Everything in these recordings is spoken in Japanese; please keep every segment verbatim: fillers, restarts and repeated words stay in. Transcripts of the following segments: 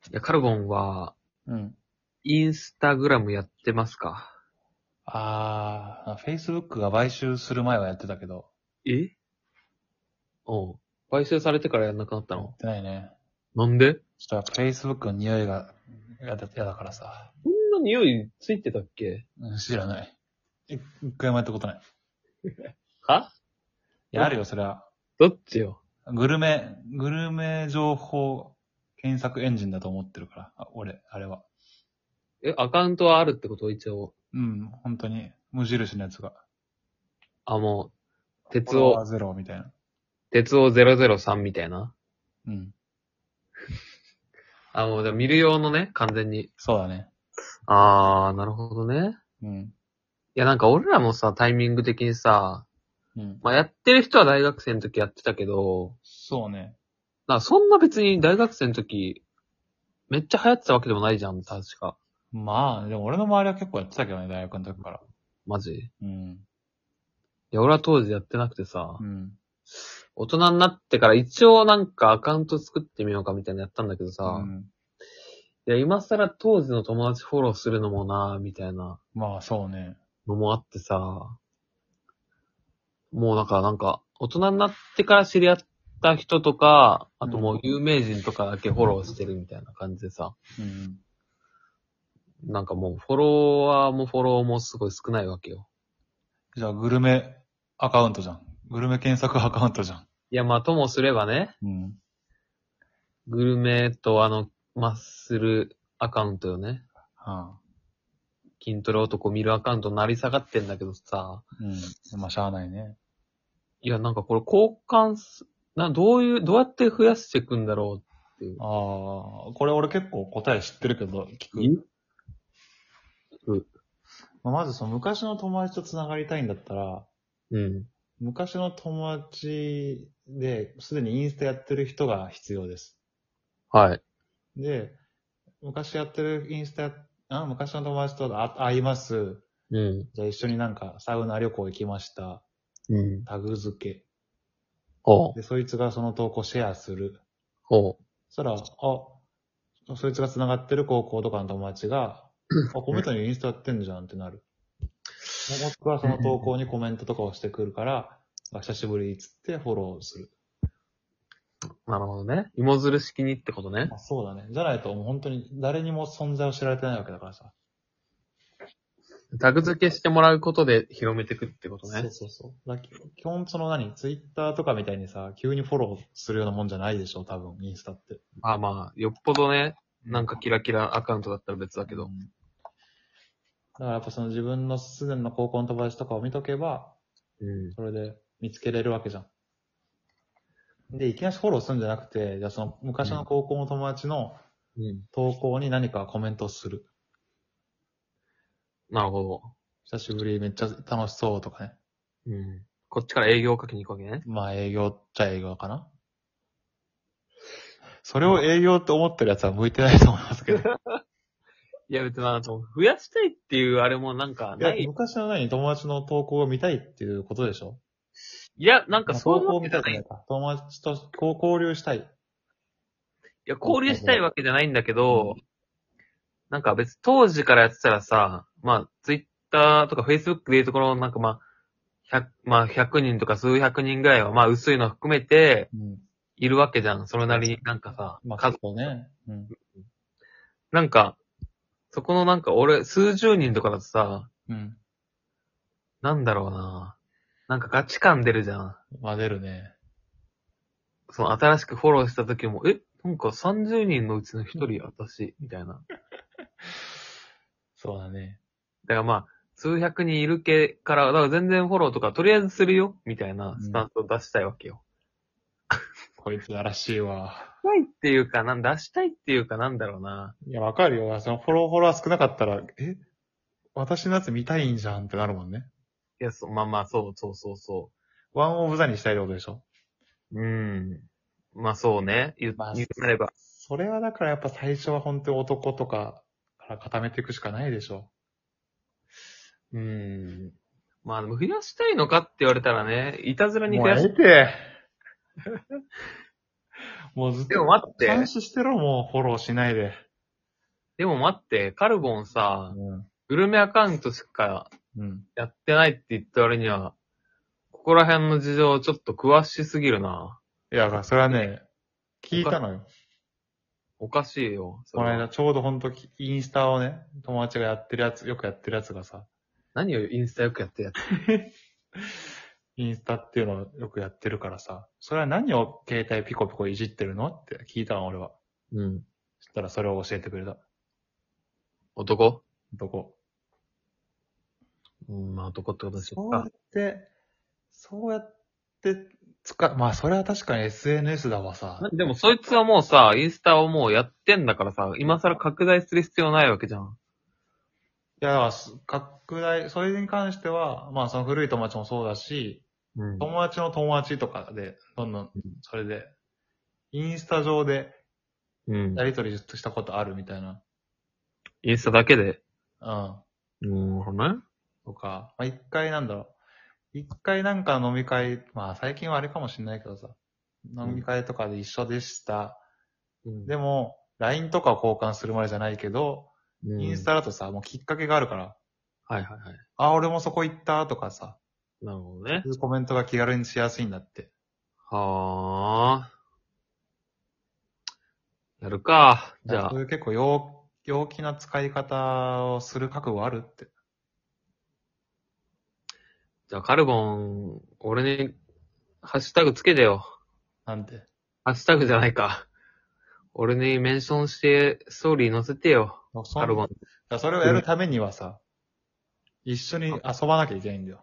いや、カルボンは、 うん。 インスタグラムやってますか？ あー、Facebook が買収する前はやってたけど、 えおう。買収されてからやんなくなったやっの？ てないね。 なんで？ ちょっとやっぱ Facebook の匂いが嫌だ、嫌だからさ。 こんな匂いついてたっけ？ うん、知らない。い一回もやったことない。 はいや、あるよ、それは。 どっちよ。 グルメ、グルメ情報検索エンジンだと思ってるから、あ俺、あれは。 え、アカウントはあるってこと？一応。 うん、本当に、無印のやつが。 あ、もう、鉄を、 フォロワーゼロみたいな。 鉄をゼロゼロさんみたいな。 うん。 あ、もう、じゃあ見る用のね、完全に。 そうだね。 あー、なるほどね。 うん。 いや、なんか俺らもさ、タイミング的にさ、 うん。 まあ、やってる人は大学生の時やってたけど、 そうね。 なんかそんな別に大学生の時、めっちゃ流行ってたわけでもないじゃん、確か。 まあ、でも俺の周りは結構やってたけどね、大学の時から。 マジ？いうん。 や、俺は当時やってなくてさ、 うん。 大人になってから一応なんかアカウント作ってみようかみたいなのやったんだけどさ、 うん。 いや、今更当時の友達フォローするのもなぁ、みたいなまあ、そうね。 のもあってさ、もうなんか、なんか、大人になってから知り合った人とか、あともう有名人とかだけフォローしてるみたいな感じでさ、 うん。 なんかもうフォロワーもフォローもすごい少ないわけよ。 じゃあ、グルメアカウントじゃん。グルメ検索アカウントじゃん。 いや、まあともすればね、 うん。 グルメとあの、マッスルアカウントよね。 はあ。 筋トレ男見るアカウントなり下がってんだけどさ、 うん。まあ、しゃあないね。 いや、なんかこれ交換す、な、どういう、どうやって増やしていくんだろうっていう。 ああ、これ俺結構答え知ってるけど、聞く。 えうまあまずその昔の友達と繋がりたいんだったら、 ん。 昔の友達で、すでにインスタやってる人が必要です。 はい。 で、昔やってるインスタや、あ、昔の友達とあ会います。 うん。 じゃあ一緒になんかサウナ旅行行きました。 うん。 タグ付け。 ほう。 で、そいつがその投稿シェアする。 ほそしたら、あ、そいつが繋がってる高校とかの友達が、あ、コメントにインスタやってんじゃんってなる。もしくはその投稿にコメントとかをしてくるから、あ久しぶりっつってフォローする。 う。なるほどね。芋づる式にってことねま。あそうだね。じゃないともう本当に誰にも存在を知られてないわけだからさ。 タグ付けしてもらうことで広めていくってことね。 そうそうそう。だ基本その何ツイッターとかみたいにさ、急にフォローするようなもんじゃないでしょ、多分、インスタって。 まあまあ、よっぽどね、なんかキラキラアカウントだったら別だけど。 うん、だからやっぱその自分のすでにの高校の友達とかを見とけば、 うん。 それで見つけれるわけじゃん。で、いきなりフォローするんじゃなくて、じゃあその昔の高校の友達のうん。 投稿に何かコメントをする。 なるほど。 久しぶり、めっちゃ楽しそうとかね。 うん。こっちから営業をかけに行くわけね。 まあ営業っちゃ営業かな。それを営業って思ってるやつは向いてないと思いますけど。 いや別にあの、増やしたいっていうあれもなんかいや、 ない。 昔の何友達の投稿を見たいっていうことでしょ。 いや、なんかまあ、 そういうわ投稿を見けじゃない。いたいじゃないか。友達とこう交流したい。 や、交流したいわけじゃないんだけど、 うん。 なんか別、当時からやってたらさ、まあ、ツイッターとかフェイスブックでいうところ、なんかまあ、ひゃく、まあ、ひゃくにんとか数百人ぐらいは、まあ、薄いの含めて、 うん。 いるわけじゃん。それなりになんかさ、 まあ数。 結構ね。うん。 なんか、そこのなんか俺、数十人とかだとさ、 うん。 なんだろうな。なんかガチ感出るじゃん。 まあ出るね。 その新しくフォローした時も、え、なんかさんじゅうにんのうちのひとり私、みたいな。 そうだね。 だからまあ、数百人いるけから、だから全然フォローとかとりあえずするよ、みたいなスタンスを出したいわけよ。 こいつらしいわ。 出したいっていうか、なん出したいっていうかなんだろうな。 いや、わかるよ。そのフォローフォロワー少なかったら、え私のやつ見たいんじゃんってなるもんね。 いや、そう、まあまあ、そうそうそうそワンオブザにしたいってことでしょ。 う。うん。まあそうね。言う、 まあ、 言うなれば。 それはだからやっぱ最初は本当に男とかから固めていくしかないでしょ。 うん。まあでも増やしたいのかって言われたらね、いたずらにもう増やし、 ええて。 もうずっでもと待って監視してろ、もうフォローしないで。 でも待って、カルボンさ、 うん。 グルメアカウントしかうん。 やってないって言った割には、ここら辺の事情ちょっと詳しすぎるな。 いや、それはね、聞いたのよ。 おかしいよ、それは。 この間、ちょうどほんと、インスタをね、友達がやってるやつ、よくやってるやつがさ、 何をインスタよくやってるやつ。 インスタっていうのをよくやってるからさ、それは何を携帯ピコピコいじってるのって聞いたの、俺は。 うん。 そしたらそれを教えてくれた。 男男。 うん、まあ男ってことでしょそううか。 やって、そうやって使、まあそれは確かに エスエヌエス だわさ。 でもそいつはもうさ、インスタをもうやってんだからさ、今更拡大する必要ないわけじゃん。 いや、だからす拡大、それに関しては、まあその古い友達もそうだし、 うん。 友達の友達とかで、どんどん、それで、インスタ上でうんや。りとりしたことあるみたいな。 インスタだけで。 うん。 うん、ほらね。 とか、まあ、一回なんだろう。一回なんか飲み会、まあ最近はあれかもしれないけどさ、飲み会とかで一緒でした。 うんでも、ライン とかを交換するまでじゃないけど、 うん、 インスタだとさ、もうきっかけがあるから、 はいはいはい。 あ、俺もそこ行ったとかさ、 なるほどねそう。いうコメントが気軽にしやすいんだって。 はあ。やるか。じゃあそうい、う結構陽、陽気な使い方をする覚悟あるって。 じゃあカルボン、俺に、ハッシュタグつけてよ。 なんて。 ハッシュタグじゃないか。俺にメンションして、ストーリー載せてよ。 そカルボン。 だからそれをやるためにはさ、一緒に遊ばなきゃいけないんだよ。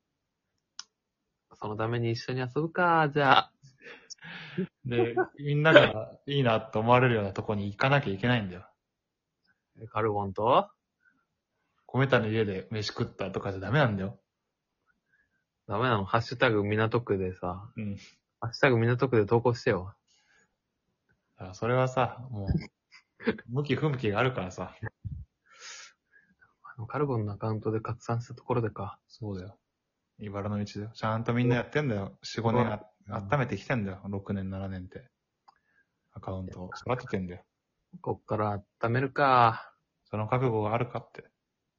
そのために一緒に遊ぶか。じゃあ。 で、みんながいいなと思われるようなとこに行かなきゃいけないんだよ。 カルボンと米田の家で飯食ったとかじゃダメなんだよ。 ダメなのハッシュタグ港区でさ。 うん。 ハッシュタグ港区で投稿してよ。 だからそれはさ、もう、向き不向きがあるからさ。 あのカルボンのアカウントで拡散したところでか。 そうだよ。茨の道だよ。ちゃんとみんなやってんだよ。よん、ごねんあ温めてきてんだよ。ろくねん、ななねんって。アカウントを育ててんだよ。 こっから温めるか。 その覚悟があるかって。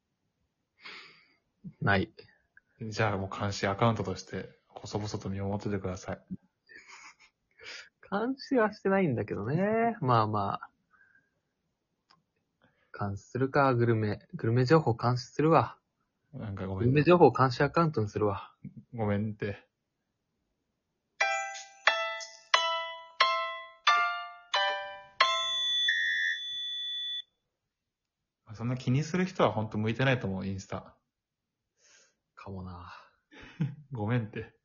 ない。 じゃあもう監視アカウントとして、細々と見守っててください。 監視はしてないんだけどね。まあまあ。監視するか、グルメ。グルメ情報監視するわ。 なんかごめん、 グルメ情報監視アカウントにするわ。 ごめんって。そんな気にする人はほんと向いてないと思う、インスタ。 かもな。 ごめんって。